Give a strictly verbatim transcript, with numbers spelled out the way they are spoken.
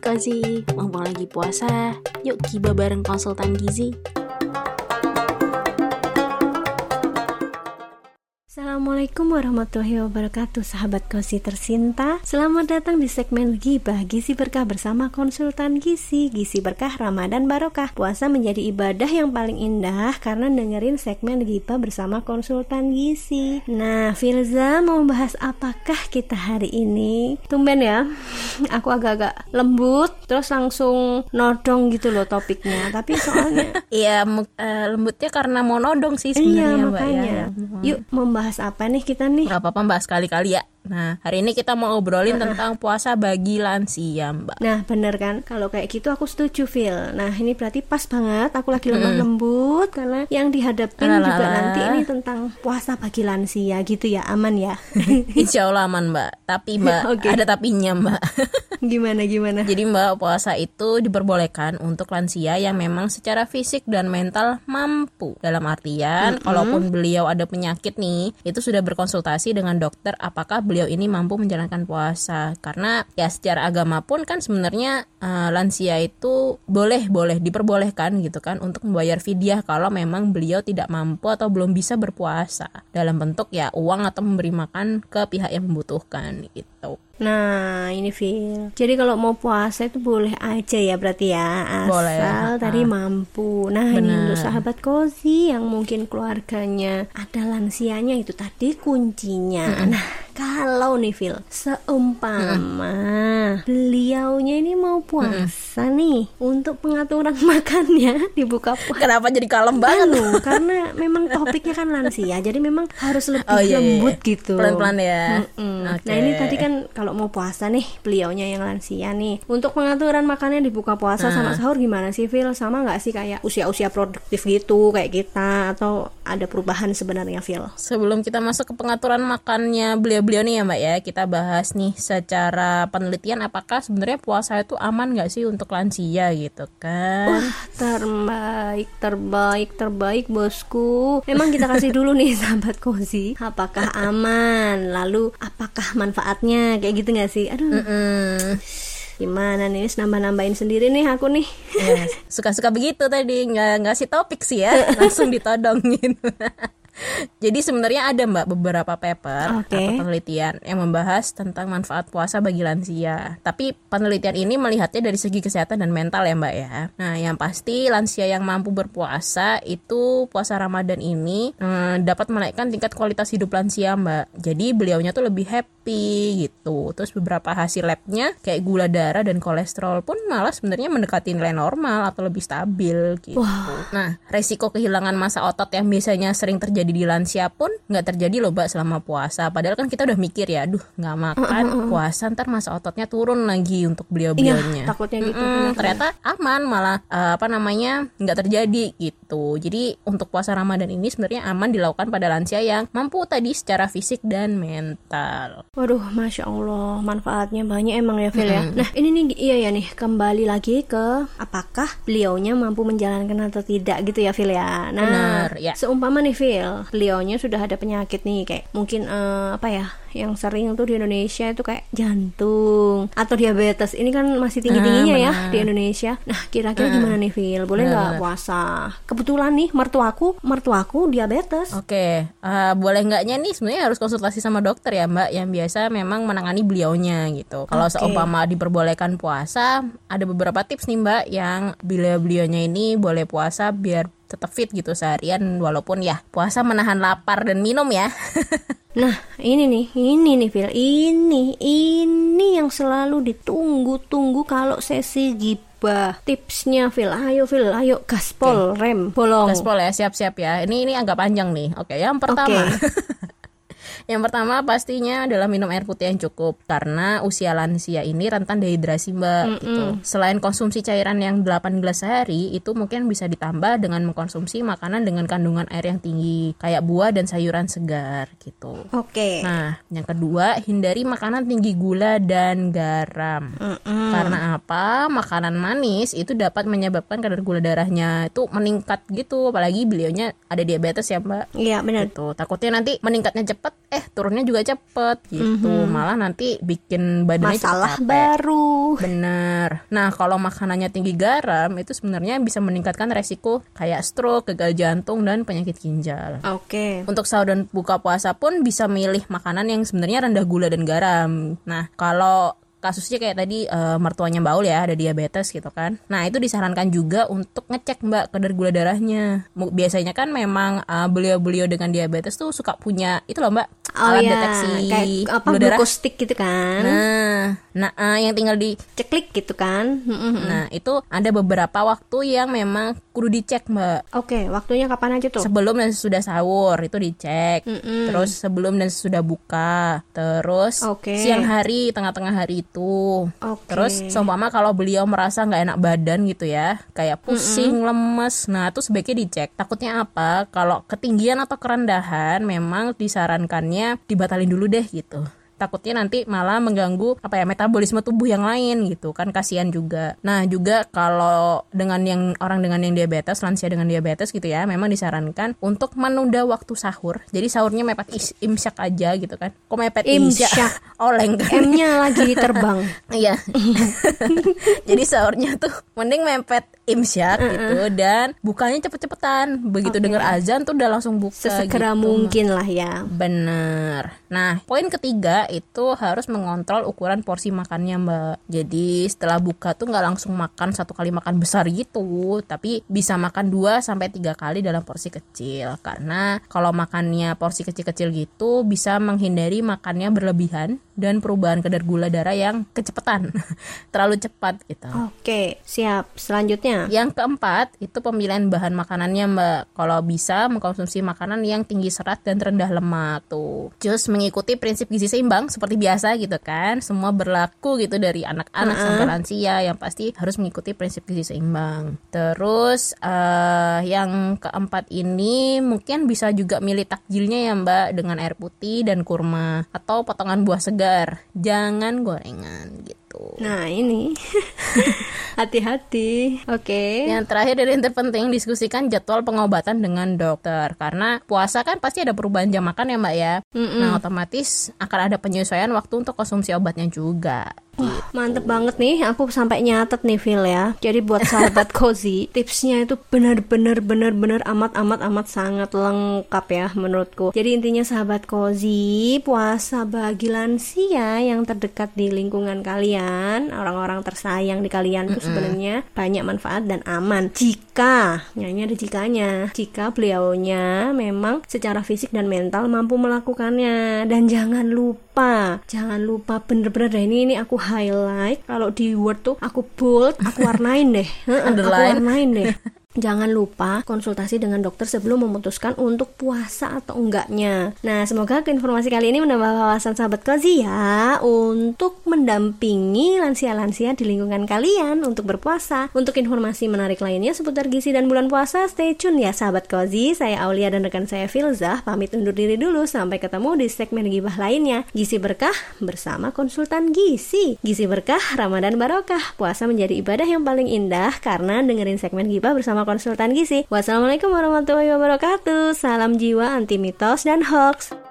Kozi, mumpung lagi puasa, yuk kiba bareng konsultan gizi. Assalamualaikum warahmatullahi wabarakatuh, sahabat Kozi tercinta. Selamat datang di segmen Gibah Gizi Berkah bersama konsultan gizi. Gizi Berkah Ramadan Barokah. Puasa menjadi ibadah yang paling indah karena dengerin segmen Gibah bersama konsultan gizi. Nah, Filza mau bahas apakah kita hari ini? Tumben ya, aku agak-agak lembut, terus langsung nodong gitu loh topiknya. Tapi soalnya Iya, uh, lembutnya karena mau nodong sih sebenarnya, iya, Mbak makanya. ya. Yuk membahas apa nih kita nih? Gak apa-apa Mbak, sekali-kali ya. Nah, hari ini kita mau ngobrolin tentang puasa bagi lansia, Mbak. Nah, bener kan? Kalau kayak gitu aku setuju, Phil. Nah, ini berarti pas banget. Aku lagi lemah lembut karena yang dihadapin Alah, juga alah. nanti ini tentang puasa bagi lansia gitu ya, aman ya? Insya Allah aman, Mbak. Tapi Mbak, Oke. ada tapinya, Mbak. Gimana gimana? Jadi Mbak, puasa itu diperbolehkan untuk lansia yang memang secara fisik dan mental mampu. Dalam artian, kalaupun beliau ada penyakit nih, itu sudah berkonsultasi dengan dokter apakah beliau ini mampu menjalankan puasa. Karena ya secara agama pun kan sebenarnya uh, lansia itu boleh boleh diperbolehkan gitu kan untuk membayar fidyah kalau memang beliau tidak mampu atau belum bisa berpuasa dalam bentuk ya uang atau memberi makan ke pihak yang membutuhkan gitu. Nah, ini Phil. Jadi kalau mau puasa itu boleh aja ya berarti ya, asal Boleh. tadi Ah. mampu. Nah, ini Benar. untuk sahabat Kozi yang mungkin keluarganya ada lansianya, itu tadi kuncinya. Nah, kalau nih Phil, seumpama beliaunya ini mau puasa nih, untuk pengaturan makannya dibuka puasa. Kenapa jadi kalem banget? Anu, karena memang topiknya kan lansia, jadi memang harus lebih Oh, iya, iya. lembut gitu. Pelan-pelan ya. Mm-mm. Oke. Nah, ini tadi kan kalau mau puasa nih, beliaunya yang lansia nih, untuk pengaturan makannya dibuka puasa sama sahur gimana sih, Phil? Sama nggak sih kayak usia-usia produktif gitu kayak kita, atau ada perubahan sebenarnya, Phil? Sebelum kita masuk ke pengaturan makannya beliau-beliau nih ya Mbak ya, kita bahas nih secara penelitian apakah sebenarnya puasa itu aman nggak sih untuk lansia gitu kan? Wah, terbaik, terbaik, terbaik bosku. Memang kita kasih dulu nih sahabat Kozi, apakah aman? Lalu apakah manfaatnya? Kayak gitu nggak sih? Aduh, Mm-mm. gimana nih? Nambah-nambahin sendiri nih aku nih. Ya, suka-suka begitu tadi, nggak ngasih topik sih ya, langsung ditodongin. Jadi sebenarnya ada Mbak beberapa paper Oke. atau penelitian yang membahas tentang manfaat puasa bagi lansia. Tapi penelitian ini melihatnya dari segi kesehatan dan mental ya Mbak ya. Nah, yang pasti lansia yang mampu berpuasa itu puasa Ramadan ini hmm, dapat menaikkan tingkat kualitas hidup lansia Mbak. Jadi beliaunya tuh lebih happy gitu. Terus beberapa hasil labnya kayak gula darah dan kolesterol pun malah sebenarnya mendekati nilai normal atau lebih stabil gitu. Wah. Nah, resiko kehilangan massa otot yang biasanya sering terjadi di lansia pun nggak terjadi loh Mbak selama puasa. Padahal kan kita udah mikir ya, aduh nggak makan puasa ntar massa ototnya turun lagi untuk beliau-beliaunya. Iya, takutnya gitu. Mm-mm, ternyata aman, malah uh, apa namanya nggak terjadi gitu. Jadi untuk puasa Ramadan ini sebenarnya aman dilakukan pada lansia yang mampu tadi secara fisik dan mental. Waduh, Masya Allah, manfaatnya banyak emang ya, Phil ya. Nah, ini nih, iya ya nih, kembali lagi ke apakah beliaunya mampu menjalankan atau tidak gitu ya, Phil ya. Nah, Benar, ya. seumpama nih, Phil, beliaunya sudah ada penyakit nih, kayak mungkin eh, apa ya, yang sering tuh di Indonesia itu kayak jantung atau diabetes. Ini kan masih tinggi-tingginya Ah, ya benar. di Indonesia. Nah, kira-kira gimana nih, Phil? Boleh nggak puasa? Kebetulan nih, mertuaku, mertuaku diabetes. Oke, uh, boleh nggaknya nih sebenarnya harus konsultasi sama dokter ya Mbak, yang biasa memang menangani beliaunya gitu. Kalau Oke. seumpama diperbolehkan puasa, ada beberapa tips nih Mbak yang beliau-beliaunya ini boleh puasa biar tetap fit gitu seharian, walaupun ya puasa menahan lapar dan minum ya. Nah, ini nih, ini nih Phil, ini, ini yang selalu ditunggu-tunggu kalau sesi gibah. Tipsnya Phil, ayo Phil, ayo gaspol, rem, bolong. Gaspol ya, siap-siap ya. Ini ini agak panjang nih. Oke, yang pertama. Yang pertama pastinya adalah minum air putih yang cukup, karena usia lansia ini rentan dehidrasi Mbak gitu. Selain konsumsi cairan yang delapan gelas sehari, itu mungkin bisa ditambah dengan mengkonsumsi makanan dengan kandungan air yang tinggi, kayak buah dan sayuran segar gitu. Oke. Nah, yang kedua, hindari makanan tinggi gula dan garam. Karena apa? Makanan manis itu dapat menyebabkan kadar gula darahnya itu meningkat gitu, apalagi beliaunya ada diabetes ya Mbak. Iya benar. Gitu. Takutnya nanti meningkatnya cepat, eh turunnya juga cepet gitu. Mm-hmm. Malah nanti bikin badannya masalah cepet capek. Baru. Bener. Nah kalau makanannya tinggi garam itu sebenarnya bisa meningkatkan resiko kayak stroke, gagal jantung, dan penyakit ginjal. Oke. Okay. Untuk sahur dan buka puasa pun bisa milih makanan yang sebenarnya rendah gula dan garam. Nah kalau kasusnya kayak tadi uh, mertuanya Baul ya ada diabetes gitu kan. Nah itu disarankan juga untuk ngecek Mbak kadar gula darahnya. Biasanya kan memang uh, beliau-beliau dengan diabetes tuh suka punya itu loh Mbak, oh, alat iya. deteksi kayak apa gula darah. Glukostick gitu kan. Nah, nah uh, yang tinggal di ceklik gitu kan. Nah itu ada beberapa waktu yang memang kudu dicek Mbak. Oke, waktunya kapan aja tuh? Sebelum dan sesudah sahur itu dicek. Mm-mm. Terus sebelum dan sesudah buka. Terus okay. siang hari, tengah-tengah hari itu. Okay. Terus seumpama kalau beliau merasa nggak enak badan gitu ya, kayak pusing, Mm-mm. lemes, nah itu sebaiknya dicek. Takutnya apa? Kalau ketinggian atau kerendahan, memang disarankannya dibatalin dulu deh gitu. Takutnya nanti malah mengganggu apa ya metabolisme tubuh yang lain gitu kan, kasihan juga. Nah juga kalau dengan yang orang dengan yang diabetes, lansia dengan diabetes gitu ya, memang disarankan untuk menunda waktu sahur. Jadi sahurnya mepet is- imsyak aja gitu kan. Kok mepet imsyak? Oleng kan. M-nya lagi terbang. Iya. Jadi sahurnya tuh mending mepet imsyak uh-uh. gitu, dan bukanya cepet-cepetan. Begitu okay. dengar azan tuh udah langsung buka. Sesegera gitu, mungkin lah ya. Bener. Nah poin ketiga itu harus mengontrol ukuran porsi makannya Mbak. Jadi setelah buka tuh nggak langsung makan satu kali makan besar gitu, tapi bisa makan dua sampai tiga kali dalam porsi kecil. Karena kalau makannya porsi kecil-kecil gitu bisa menghindari makannya berlebihan dan perubahan kadar gula darah yang kecepatan, terlalu cepat gitu. Oke, siap. Selanjutnya yang keempat itu pemilihan bahan makanannya Mbak. Kalau bisa mengkonsumsi makanan yang tinggi serat dan rendah lemak tuh. Just mengikuti prinsip gizi seimbang seperti biasa gitu kan, semua berlaku gitu dari anak-anak uh-uh. sampai lansia, yang pasti harus mengikuti prinsip gizi seimbang. Terus uh, yang keempat ini mungkin bisa juga milih takjilnya ya Mbak, dengan air putih dan kurma atau potongan buah segar, jangan gorengan gitu. Nah ini hati-hati. Oke. Okay. Yang terakhir dan yang terpenting, diskusikan jadwal pengobatan dengan dokter. Karena puasa kan pasti ada perubahan jam makan ya Mbak ya. Mm-mm. Nah otomatis akan ada penyesuaian waktu untuk konsumsi obatnya juga. Wah, gitu. Mantep banget nih, aku sampai nyatet nih Phil ya. Jadi buat sahabat Cozy, tipsnya itu benar-benar benar-benar amat-amat amat sangat lengkap ya menurutku. Jadi intinya sahabat Cozy, puasa bagi lansia yang terdekat di lingkungan kalian, orang-orang tersayang di kalian itu sebenarnya banyak manfaat dan aman. Jika, nyanyi ada jikanya, jika beliaunya memang secara fisik dan mental mampu melakukannya. Dan jangan lupa, jangan lupa bener-bener deh, ini ini aku highlight, kalau di Word tuh aku bold, aku warnain deh. Aku warnain deh. Jangan lupa konsultasi dengan dokter sebelum memutuskan untuk puasa atau enggaknya. Nah, semoga informasi kali ini menambah wawasan sahabat Cozy ya, untuk mendampingi lansia-lansia di lingkungan kalian untuk berpuasa. Untuk informasi menarik lainnya seputar gizi dan bulan puasa, stay tune ya sahabat Cozy. Saya Aulia dan rekan saya Filzah pamit undur diri dulu, sampai ketemu di segmen gibah lainnya. Gizi Berkah bersama konsultan gizi. Gizi Berkah, Ramadan Barokah. Puasa menjadi ibadah yang paling indah karena dengerin segmen gibah bersama konsultan gizi. Wassalamualaikum warahmatullahi wabarakatuh. Salam jiwa anti mitos dan hoax.